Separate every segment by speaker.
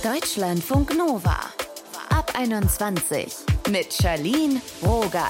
Speaker 1: Deutschlandfunk Nova. Ab 21 mit Charlene Rogal.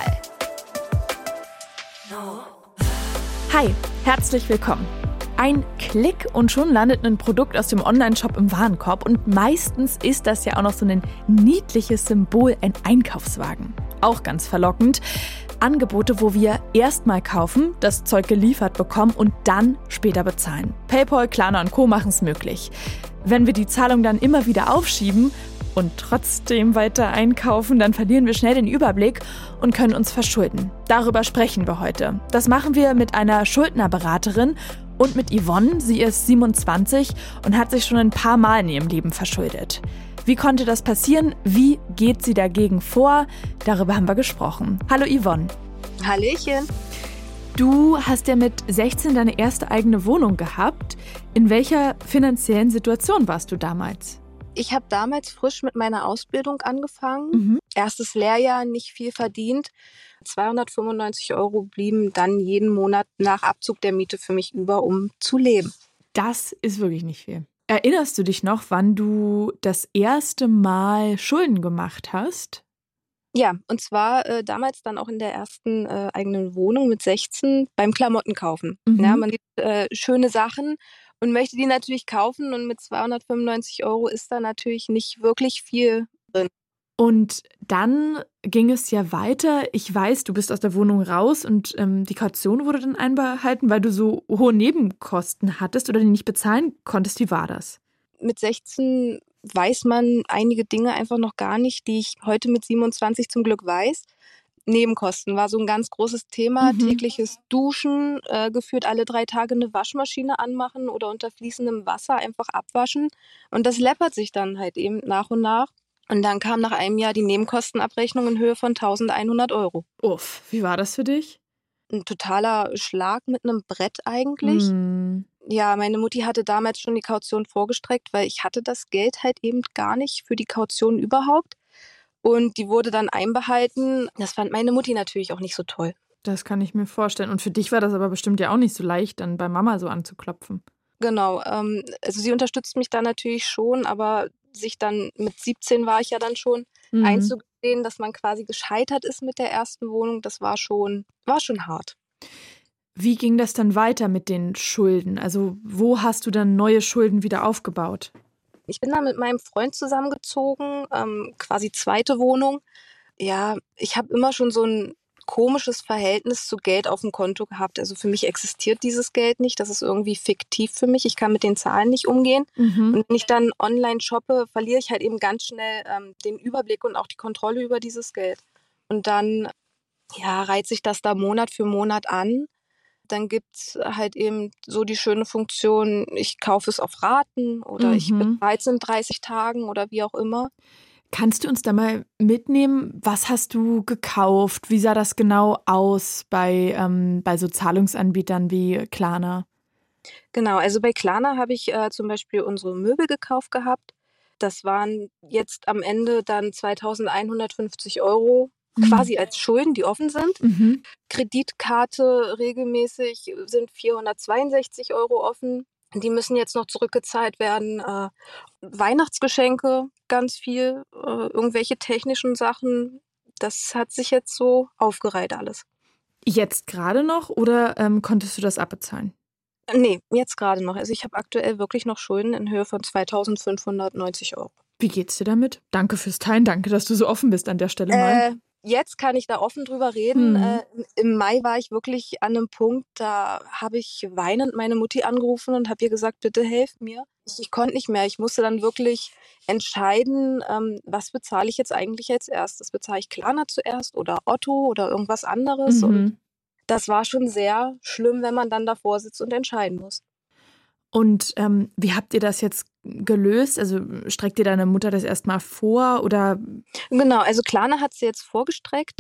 Speaker 2: Hi, herzlich willkommen. Ein Klick und schon landet ein Produkt aus dem Onlineshop im Warenkorb und meistens ist das ja auch noch so ein niedliches Symbol, ein Einkaufswagen. Auch ganz verlockend. Angebote, wo wir erstmal kaufen, das Zeug geliefert bekommen und dann später bezahlen. PayPal, Klarna und Co. machen es möglich. Wenn wir die Zahlung dann immer wieder aufschieben und trotzdem weiter einkaufen, dann verlieren wir schnell den Überblick und können uns verschulden. Darüber sprechen wir heute. Das machen wir mit einer Schuldnerberaterin und mit Yvonne. Sie ist 27 und hat sich schon ein paar Mal in ihrem Leben verschuldet. Wie konnte das passieren? Wie geht sie dagegen vor? Darüber haben wir gesprochen. Hallo Yvonne.
Speaker 3: Hallöchen.
Speaker 2: Du hast ja mit 16 deine erste eigene Wohnung gehabt. In welcher finanziellen Situation warst du damals?
Speaker 3: Ich habe damals frisch mit meiner Ausbildung angefangen. Erstes Lehrjahr, nicht viel verdient. 295 € blieben dann jeden Monat nach Abzug der Miete für mich über, um zu leben.
Speaker 2: Das ist wirklich nicht viel. Erinnerst du dich noch, wann du das erste Mal Schulden gemacht hast?
Speaker 3: Ja, und zwar damals dann auch in der ersten eigenen Wohnung mit 16 beim Klamottenkaufen. Ja, man sieht schöne Sachen und möchte die natürlich kaufen und mit 295 € ist da natürlich nicht wirklich viel drin.
Speaker 2: Und dann ging es ja weiter. Ich weiß, du bist aus der Wohnung raus und die Kaution wurde dann einbehalten, weil du so hohe Nebenkosten hattest oder die nicht bezahlen konntest. Wie war das?
Speaker 3: Mit 16 weiß man einige Dinge einfach noch gar nicht, die ich heute mit 27 zum Glück weiß. Nebenkosten war so ein ganz großes Thema. Tägliches Duschen, geführt alle 3 Tage eine Waschmaschine anmachen oder unter fließendem Wasser einfach abwaschen. Und das läppert sich dann halt eben nach und nach. Und dann kam nach einem Jahr die Nebenkostenabrechnung in Höhe von 1.100 €.
Speaker 2: Uff, wie war das für dich?
Speaker 3: Ein totaler Schlag mit einem Brett eigentlich. Ja, meine Mutti hatte damals schon die Kaution vorgestreckt, weil ich hatte das Geld halt eben gar nicht für die Kaution überhaupt. Und die wurde dann einbehalten. Das fand meine Mutti natürlich auch nicht so toll.
Speaker 2: Das kann ich mir vorstellen. Und für dich war das aber bestimmt ja auch nicht so leicht, dann bei Mama so anzuklopfen.
Speaker 3: Genau, also sie unterstützt mich da natürlich schon, aber sich dann mit 17 war ich ja dann schon, einzugestehen, dass man quasi gescheitert ist mit der ersten Wohnung, das war schon hart.
Speaker 2: Wie ging das dann weiter mit den Schulden? Also wo hast du dann neue Schulden wieder aufgebaut?
Speaker 3: Ich bin dann mit meinem Freund zusammengezogen, quasi zweite Wohnung. Ja, ich habe immer schon so ein komisches Verhältnis zu Geld auf dem Konto gehabt. Also für mich existiert dieses Geld nicht. Das ist irgendwie fiktiv für mich. Ich kann mit den Zahlen nicht umgehen. Und wenn ich dann online shoppe, verliere ich halt eben ganz schnell den Überblick und auch die Kontrolle über dieses Geld. Und dann reiht sich das da Monat für Monat an. Dann gibt's halt eben so die schöne Funktion, ich kaufe es auf Raten oder ich bezahle es in 30 Tagen oder wie auch immer.
Speaker 2: Kannst du uns da mal mitnehmen, was hast du gekauft? Wie sah das genau aus bei so Zahlungsanbietern wie Klarna?
Speaker 3: Genau, also bei Klarna habe ich zum Beispiel unsere Möbel gekauft gehabt. Das waren jetzt am Ende dann 2.150 € quasi als Schulden, die offen sind. Kreditkarte regelmäßig sind 462 € offen. Die müssen jetzt noch zurückgezahlt werden. Weihnachtsgeschenke, ganz viel, irgendwelche technischen Sachen. Das hat sich jetzt so aufgereiht alles.
Speaker 2: Jetzt gerade noch oder konntest du das abbezahlen?
Speaker 3: Nee, jetzt gerade noch. Also ich habe aktuell wirklich noch Schulden in Höhe von 2.590 €.
Speaker 2: Wie geht's dir damit? Danke fürs Teilen, danke, dass du so offen bist an der Stelle mal.
Speaker 3: Jetzt kann ich da offen drüber reden. Im Mai war ich wirklich an einem Punkt, da habe ich weinend meine Mutti angerufen und habe ihr gesagt, bitte helft mir. Ich konnte nicht mehr. Ich musste dann wirklich entscheiden, was bezahle ich jetzt eigentlich als erstes? Bezahle ich Klarna zuerst oder Otto oder irgendwas anderes? Und das war schon sehr schlimm, wenn man dann davor sitzt und entscheiden muss.
Speaker 2: Und wie habt ihr das jetzt gelöst? Also streckt dir deine Mutter das erstmal vor oder?
Speaker 3: Genau, also Klarna hat sie jetzt vorgestreckt,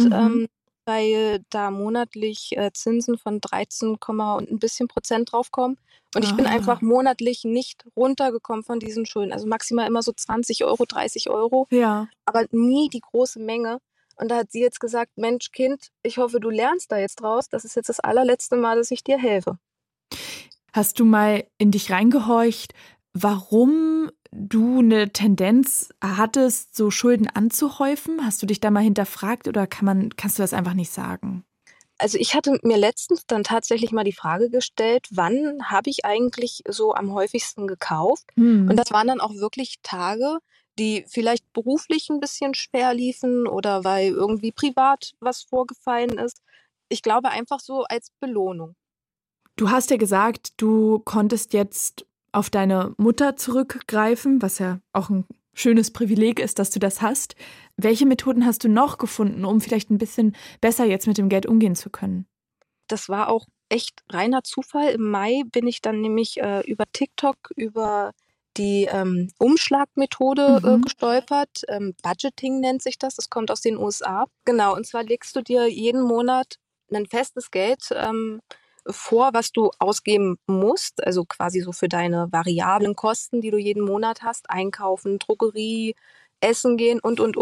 Speaker 3: weil da monatlich Zinsen von 13, und ein bisschen Prozent draufkommen. Und ich bin einfach monatlich nicht runtergekommen von diesen Schulden. Also maximal immer so 20 €, 30 €,
Speaker 2: Ja.
Speaker 3: aber nie die große Menge. Und da hat sie jetzt gesagt, Mensch, Kind, ich hoffe, du lernst da jetzt draus. Das ist jetzt das allerletzte Mal, dass ich dir helfe.
Speaker 2: Hast du mal in dich reingehorcht, warum du eine Tendenz hattest, so Schulden anzuhäufen? Hast du dich da mal hinterfragt oder kannst du das einfach nicht sagen?
Speaker 3: Also ich hatte mir letztens dann tatsächlich mal die Frage gestellt, wann habe ich eigentlich so am häufigsten gekauft? Und das waren dann auch wirklich Tage, die vielleicht beruflich ein bisschen schwer liefen oder weil irgendwie privat was vorgefallen ist. Ich glaube einfach so als Belohnung.
Speaker 2: Du hast ja gesagt, du konntest jetzt auf deine Mutter zurückgreifen, was ja auch ein schönes Privileg ist, dass du das hast. Welche Methoden hast du noch gefunden, um vielleicht ein bisschen besser jetzt mit dem Geld umgehen zu können?
Speaker 3: Das war auch echt reiner Zufall. Im Mai bin ich dann nämlich über TikTok über die Umschlagmethode
Speaker 2: Mhm.
Speaker 3: gestolpert. Budgeting nennt sich das. Das kommt aus den USA. Genau, und zwar legst du dir jeden Monat ein festes Geld vor, was du ausgeben musst. Also quasi so für deine variablen Kosten, die du jeden Monat hast. Einkaufen, Drogerie, Essen gehen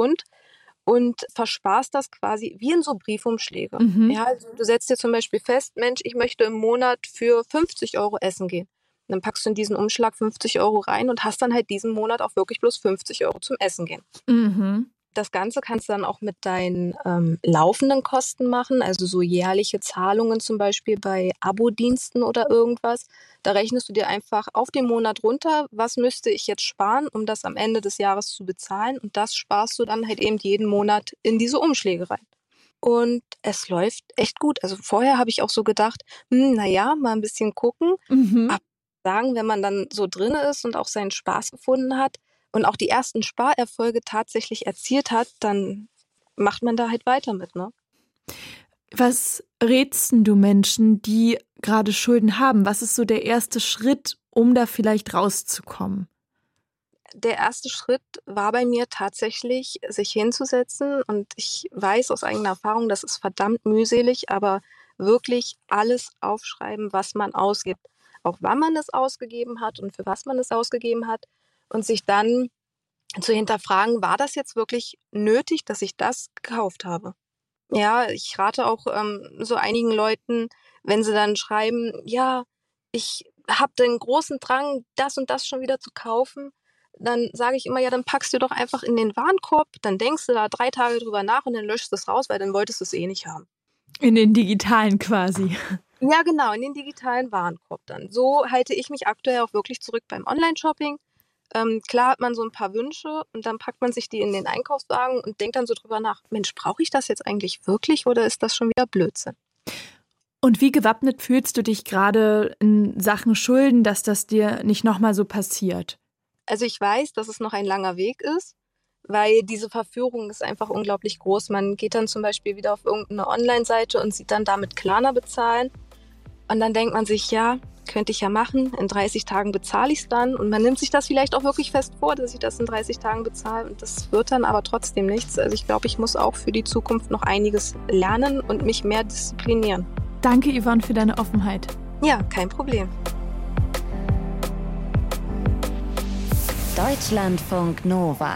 Speaker 3: und versparst das quasi wie in so Briefumschläge.
Speaker 2: Mhm.
Speaker 3: Ja, also du setzt dir zum Beispiel fest, Mensch, ich möchte im Monat für 50 € essen gehen. Und dann packst du in diesen Umschlag 50 € rein und hast dann halt diesen Monat auch wirklich bloß 50 € zum Essen gehen.
Speaker 2: Mhm.
Speaker 3: Das Ganze kannst du dann auch mit deinen laufenden Kosten machen, also so jährliche Zahlungen zum Beispiel bei Abo-Diensten oder irgendwas. Da rechnest du dir einfach auf den Monat runter, was müsste ich jetzt sparen, um das am Ende des Jahres zu bezahlen. Und das sparst du dann halt eben jeden Monat in diese Umschläge rein. Und es läuft echt gut. Also vorher habe ich auch so gedacht, naja, mal ein bisschen gucken.
Speaker 2: Mhm.
Speaker 3: Aber sagen, wenn man dann so drin ist und auch seinen Spaß gefunden hat und auch die ersten Sparerfolge tatsächlich erzielt hat, dann macht man da halt weiter mit, ne?
Speaker 2: Was rätst denn du Menschen, die gerade Schulden haben? Was ist so der erste Schritt, um da vielleicht rauszukommen?
Speaker 3: Der erste Schritt war bei mir tatsächlich, sich hinzusetzen, und ich weiß aus eigener Erfahrung, das ist verdammt mühselig, aber wirklich alles aufschreiben, was man ausgibt. Auch wann man es ausgegeben hat und für was man es ausgegeben hat, und sich dann zu hinterfragen, war das jetzt wirklich nötig, dass ich das gekauft habe? Ja, ich rate auch so einigen Leuten, wenn sie dann schreiben, ja, ich habe den großen Drang, das und das schon wieder zu kaufen, dann sage ich immer, ja, dann packst du doch einfach in den Warenkorb, dann denkst du da 3 Tage drüber nach und dann löschst du es raus, weil dann wolltest du es eh nicht haben.
Speaker 2: In den digitalen quasi.
Speaker 3: Ja, genau, in den digitalen Warenkorb dann. So halte ich mich aktuell auch wirklich zurück beim Online-Shopping. Klar hat man so ein paar Wünsche und dann packt man sich die in den Einkaufswagen und denkt dann so drüber nach, Mensch, brauche ich das jetzt eigentlich wirklich oder ist das schon wieder Blödsinn?
Speaker 2: Und wie gewappnet fühlst du dich gerade in Sachen Schulden, dass das dir nicht nochmal so passiert?
Speaker 3: Also ich weiß, dass es noch ein langer Weg ist, weil diese Verführung ist einfach unglaublich groß. Man geht dann zum Beispiel wieder auf irgendeine Online-Seite und sieht dann damit Klarna bezahlen. Und dann denkt man sich, ja, könnte ich ja machen, in 30 Tagen bezahle ich es dann. Und man nimmt sich das vielleicht auch wirklich fest vor, dass ich das in 30 Tagen bezahle. Und das wird dann aber trotzdem nichts. Also ich glaube, ich muss auch für die Zukunft noch einiges lernen und mich mehr disziplinieren.
Speaker 2: Danke, Yvonne, für deine Offenheit.
Speaker 3: Ja, kein Problem.
Speaker 1: Deutschlandfunk Nova.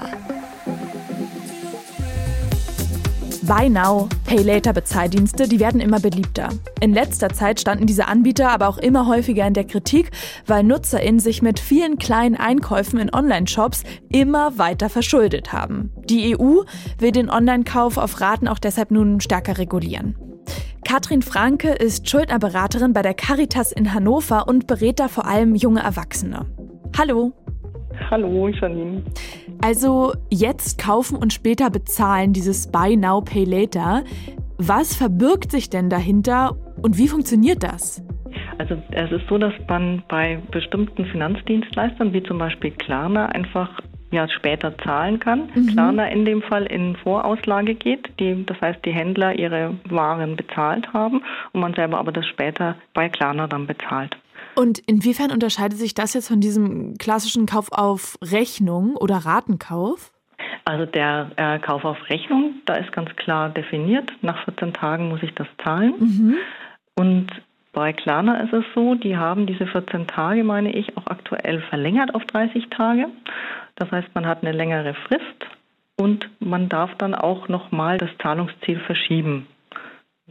Speaker 2: Buy Now, Pay Later Bezahldienste, die werden immer beliebter. In letzter Zeit standen diese Anbieter aber auch immer häufiger in der Kritik, weil NutzerInnen sich mit vielen kleinen Einkäufen in Online-Shops immer weiter verschuldet haben. Die EU will den Online-Kauf auf Raten auch deshalb nun stärker regulieren. Katrin Franke ist Schuldnerberaterin bei der Caritas in Hannover und berät da vor allem junge Erwachsene. Hallo.
Speaker 4: Hallo, Janine.
Speaker 2: Also jetzt kaufen und später bezahlen, dieses Buy Now, Pay Later. Was verbirgt sich denn dahinter und wie funktioniert das?
Speaker 4: Also es ist so, dass man bei bestimmten Finanzdienstleistern, wie zum Beispiel Klarna, einfach später zahlen kann. Klarna in dem Fall in Vorauslage geht, das heißt, die Händler ihre Waren bezahlt haben und man selber aber das später bei Klarna dann bezahlt.
Speaker 2: Und inwiefern unterscheidet sich das jetzt von diesem klassischen Kauf auf Rechnung oder Ratenkauf?
Speaker 4: Also der Kauf auf Rechnung, da ist ganz klar definiert, nach 14 Tagen muss ich das zahlen. Und bei Klarna ist es so, die haben diese 14 Tage, meine ich, auch aktuell verlängert auf 30 Tage. Das heißt, man hat eine längere Frist und man darf dann auch nochmal das Zahlungsziel verschieben.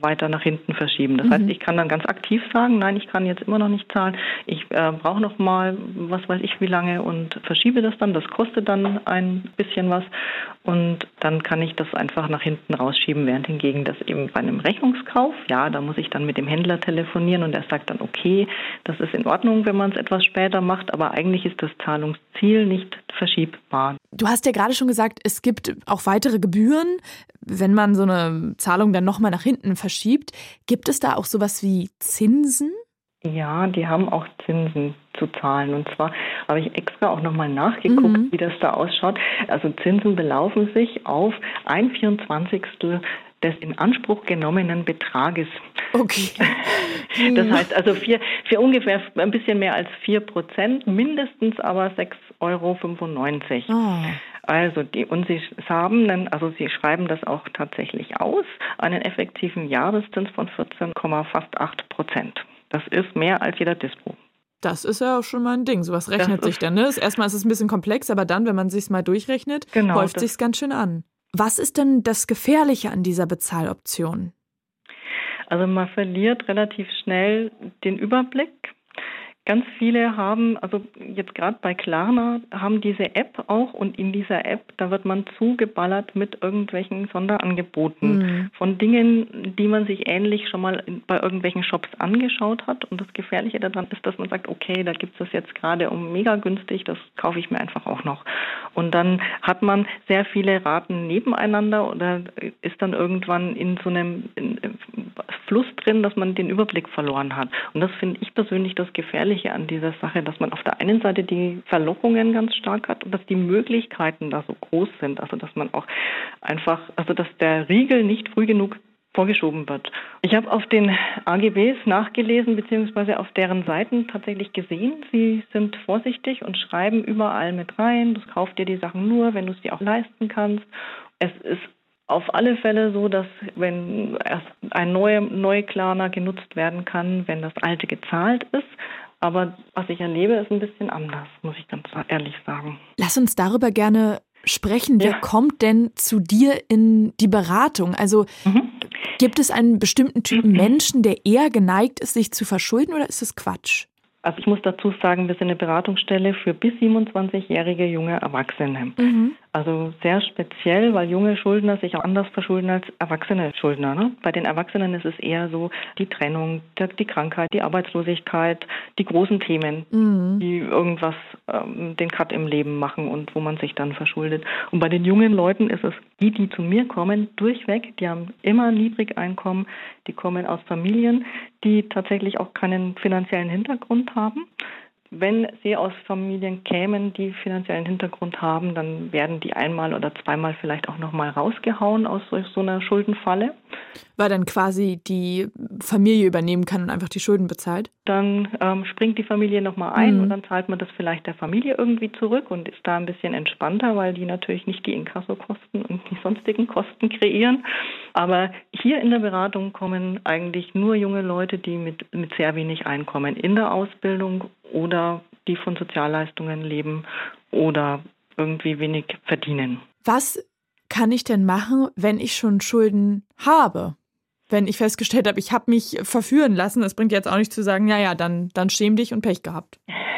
Speaker 4: weiter nach hinten verschieben. Das heißt, ich kann dann ganz aktiv sagen, nein, ich kann jetzt immer noch nicht zahlen, ich brauche noch mal, was weiß ich wie lange und verschiebe das dann, das kostet dann ein bisschen was und dann kann ich das einfach nach hinten rausschieben, während hingegen das eben bei einem Rechnungskauf, ja, da muss ich dann mit dem Händler telefonieren und er sagt dann, okay, das ist in Ordnung, wenn man es etwas später macht, aber eigentlich ist das Zahlungsziel nicht verschiebbar.
Speaker 2: Du hast ja gerade schon gesagt, es gibt auch weitere Gebühren, wenn man so eine Zahlung dann nochmal nach hinten verschiebt. Gibt es da auch sowas wie Zinsen?
Speaker 4: Ja, die haben auch Zinsen zu zahlen. Und zwar habe ich extra auch nochmal nachgeguckt, wie das da ausschaut. Also Zinsen belaufen sich auf 1/24 des in Anspruch genommenen Betrages.
Speaker 2: Okay.
Speaker 4: Das heißt also für ungefähr ein bisschen mehr als 4%, mindestens aber 6,95 €.
Speaker 2: Oh.
Speaker 4: Also Sie schreiben das auch tatsächlich aus, einen effektiven Jahreszins von 14,8%. Das ist mehr als jeder Dispo.
Speaker 2: Das ist ja auch schon mal ein Ding. Sowas rechnet sich dann, ne? Erstmal ist es ein bisschen komplex, aber dann, wenn man sich's mal durchrechnet, häuft sich's ganz schön an. Was ist denn das Gefährliche an dieser Bezahloption?
Speaker 4: Also man verliert relativ schnell den Überblick. Ganz viele haben, also jetzt gerade bei Klarna, haben diese App auch und in dieser App, da wird man zugeballert mit irgendwelchen Sonderangeboten von Dingen, die man sich ähnlich schon mal bei irgendwelchen Shops angeschaut hat. Und das Gefährliche daran ist, dass man sagt, okay, da gibt es das jetzt gerade um mega günstig, das kaufe ich mir einfach auch noch. Und dann hat man sehr viele Raten nebeneinander oder ist dann irgendwann in so einem Fluss drin, dass man den Überblick verloren hat. Und das finde ich persönlich das Gefährliche an dieser Sache, dass man auf der einen Seite die Verlockungen ganz stark hat und dass die Möglichkeiten da so groß sind. Also dass man auch einfach, also dass der Riegel nicht früh genug vorgeschoben wird. Ich habe auf den AGBs nachgelesen, beziehungsweise auf deren Seiten tatsächlich gesehen, sie sind vorsichtig und schreiben überall mit rein, du kaufst dir die Sachen nur, wenn du es dir auch leisten kannst. Es ist auf alle Fälle so, dass wenn erst ein neuer Klarna genutzt werden kann, wenn das alte gezahlt ist. Aber was ich erlebe, ist ein bisschen anders, muss ich ganz ehrlich sagen.
Speaker 2: Lass uns darüber gerne sprechen. Wer kommt denn zu dir in die Beratung? Also gibt es einen bestimmten Typen Menschen, der eher geneigt ist, sich zu verschulden, oder ist das Quatsch?
Speaker 4: Also ich muss dazu sagen, wir sind eine Beratungsstelle für bis 27-jährige junge Erwachsene. Also sehr speziell, weil junge Schuldner sich auch anders verschulden als erwachsene Schuldner. Ne? Bei den Erwachsenen ist es eher so die Trennung, die Krankheit, die Arbeitslosigkeit, die großen Themen, die irgendwas, den Cut im Leben machen und wo man sich dann verschuldet. Und bei den jungen Leuten ist es die zu mir kommen, durchweg, die haben immer ein Niedrigeinkommen, die kommen aus Familien, die tatsächlich auch keinen finanziellen Hintergrund haben. Wenn sie aus Familien kämen, die finanziellen Hintergrund haben, dann werden die einmal oder zweimal vielleicht auch nochmal rausgehauen aus so einer Schuldenfalle.
Speaker 2: Weil dann quasi die Familie übernehmen kann und einfach die Schulden bezahlt?
Speaker 4: Dann springt die Familie nochmal ein und dann zahlt man das vielleicht der Familie irgendwie zurück und ist da ein bisschen entspannter, weil die natürlich nicht die Inkassokosten und die sonstigen Kosten kreieren. Aber hier in der Beratung kommen eigentlich nur junge Leute, die mit sehr wenig Einkommen in der Ausbildung oder die von Sozialleistungen leben oder irgendwie wenig verdienen.
Speaker 2: Was kann ich denn machen, wenn ich schon Schulden habe? Wenn ich festgestellt habe, ich habe mich verführen lassen, das bringt jetzt auch nicht zu sagen, naja, dann schäm dich und Pech gehabt.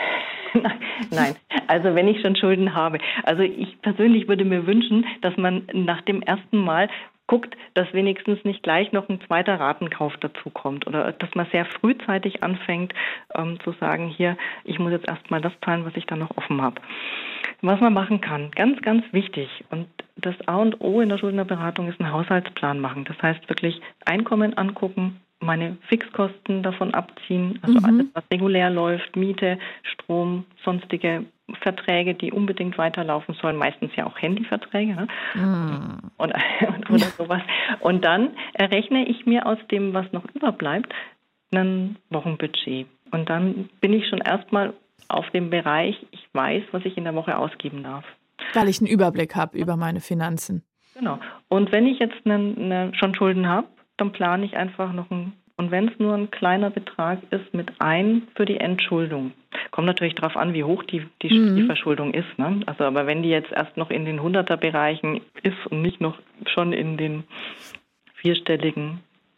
Speaker 4: Nein, also wenn ich schon Schulden habe. Also ich persönlich würde mir wünschen, dass man nach dem ersten Mal guckt, dass wenigstens nicht gleich noch ein zweiter Ratenkauf dazu kommt oder dass man sehr frühzeitig anfängt zu sagen, hier, ich muss jetzt erstmal das zahlen, was ich dann noch offen habe. Was man machen kann, ganz, ganz wichtig und das A und O in der Schuldnerberatung ist ein Haushaltsplan machen. Das heißt wirklich Einkommen angucken, meine Fixkosten davon abziehen, also alles, was regulär läuft, Miete, Strom, sonstige Verträge, die unbedingt weiterlaufen sollen, meistens ja auch Handyverträge, ne? Oder sowas. Und dann errechne ich mir aus dem, was noch überbleibt, ein Wochenbudget. Und dann bin ich schon erstmal auf dem Bereich, ich weiß, was ich in der Woche ausgeben darf.
Speaker 2: Weil ich einen Überblick habe über meine Finanzen.
Speaker 4: Genau. Und wenn ich jetzt schon Schulden habe, dann plane ich einfach noch und wenn es nur ein kleiner Betrag ist, mit ein für die Entschuldung. Kommt natürlich darauf an, wie hoch die Verschuldung ist. Ne? Also, aber wenn die jetzt erst noch in den 100er-Bereichen ist und nicht noch schon in den vierstelligen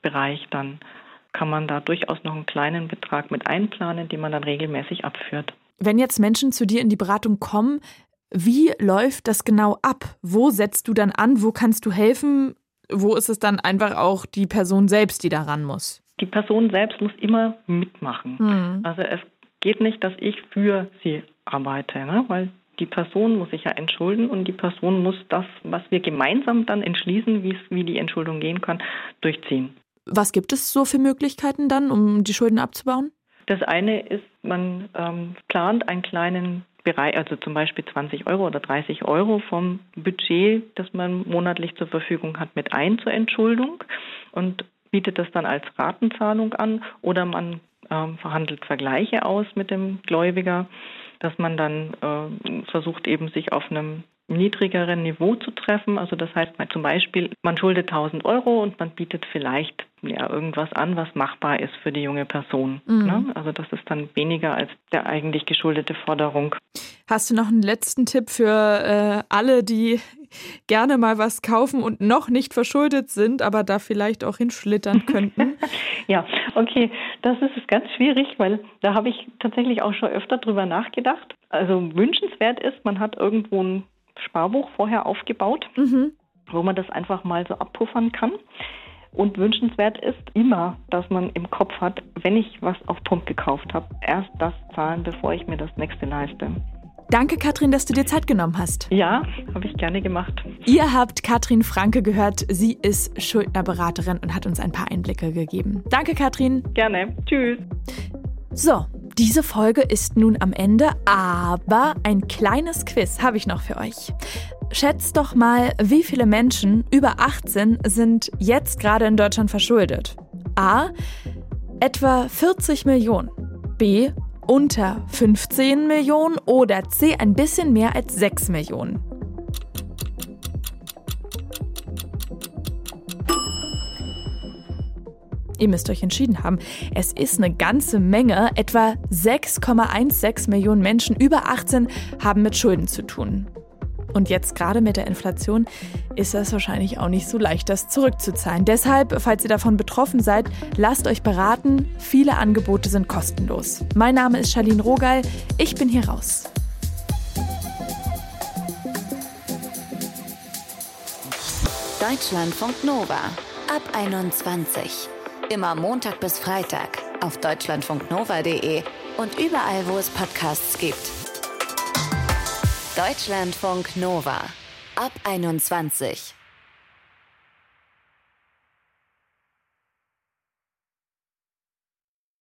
Speaker 4: Bereich, dann kann man da durchaus noch einen kleinen Betrag mit einplanen, den man dann regelmäßig abführt.
Speaker 2: Wenn jetzt Menschen zu dir in die Beratung kommen, wie läuft das genau ab? Wo setzt du dann an? Wo kannst du helfen? Wo ist es dann einfach auch die Person selbst, die da ran muss?
Speaker 4: Die Person selbst muss immer mitmachen. Also es geht nicht, dass ich für sie arbeite, ne? Weil die Person muss sich ja entschulden und die Person muss das, was wir gemeinsam dann entschließen, wie die Entschuldung gehen kann, durchziehen.
Speaker 2: Was gibt es so für Möglichkeiten dann, um die Schulden abzubauen?
Speaker 4: Das eine ist, man plant einen kleinen Bereich, also zum Beispiel 20 Euro oder 30 Euro vom Budget, das man monatlich zur Verfügung hat, mit ein zur Entschuldung und bietet das dann als Ratenzahlung an oder man verhandelt Vergleiche aus mit dem Gläubiger, dass man dann versucht eben sich auf einem niedrigeren Niveau zu treffen. Also das heißt zum Beispiel, man schuldet 1.000 Euro und man bietet vielleicht irgendwas an, was machbar ist für die junge Person. Ne? Also das ist dann weniger als der eigentlich geschuldete Forderung.
Speaker 2: Hast du noch einen letzten Tipp für alle, die gerne mal was kaufen und noch nicht verschuldet sind, aber da vielleicht auch hinschlittern könnten?
Speaker 4: Ja, okay, das ist ganz schwierig, weil da habe ich tatsächlich auch schon öfter drüber nachgedacht. Also wünschenswert ist, man hat irgendwo ein Sparbuch vorher aufgebaut, wo man das einfach mal so abpuffern kann. Und wünschenswert ist immer, dass man im Kopf hat, wenn ich was auf Pump gekauft habe, erst das zahlen, bevor ich mir das nächste leiste.
Speaker 2: Danke, Katrin, dass du dir Zeit genommen hast.
Speaker 4: Ja, habe ich gerne gemacht.
Speaker 2: Ihr habt Katrin Franke gehört. Sie ist Schuldnerberaterin und hat uns ein paar Einblicke gegeben. Danke, Katrin.
Speaker 4: Gerne. Tschüss.
Speaker 2: So, diese Folge ist nun am Ende, aber ein kleines Quiz habe ich noch für euch. Schätzt doch mal, wie viele Menschen über 18 sind jetzt gerade in Deutschland verschuldet? A. Etwa 40 Millionen. B. Unter 15 Millionen oder C. Ein bisschen mehr als 6 Millionen. Ihr müsst euch entschieden haben. Es ist eine ganze Menge. Etwa 6,16 Millionen Menschen über 18 haben mit Schulden zu tun. Und jetzt gerade mit der Inflation ist das wahrscheinlich auch nicht so leicht, das zurückzuzahlen. Deshalb, falls ihr davon betroffen seid, lasst euch beraten. Viele Angebote sind kostenlos. Mein Name ist Charlene Rogal. Ich bin hier raus.
Speaker 1: Deutschlandfunk Nova ab 21. Immer Montag bis Freitag auf deutschlandfunknova.de und überall, wo es Podcasts gibt. Deutschlandfunk Nova ab 21.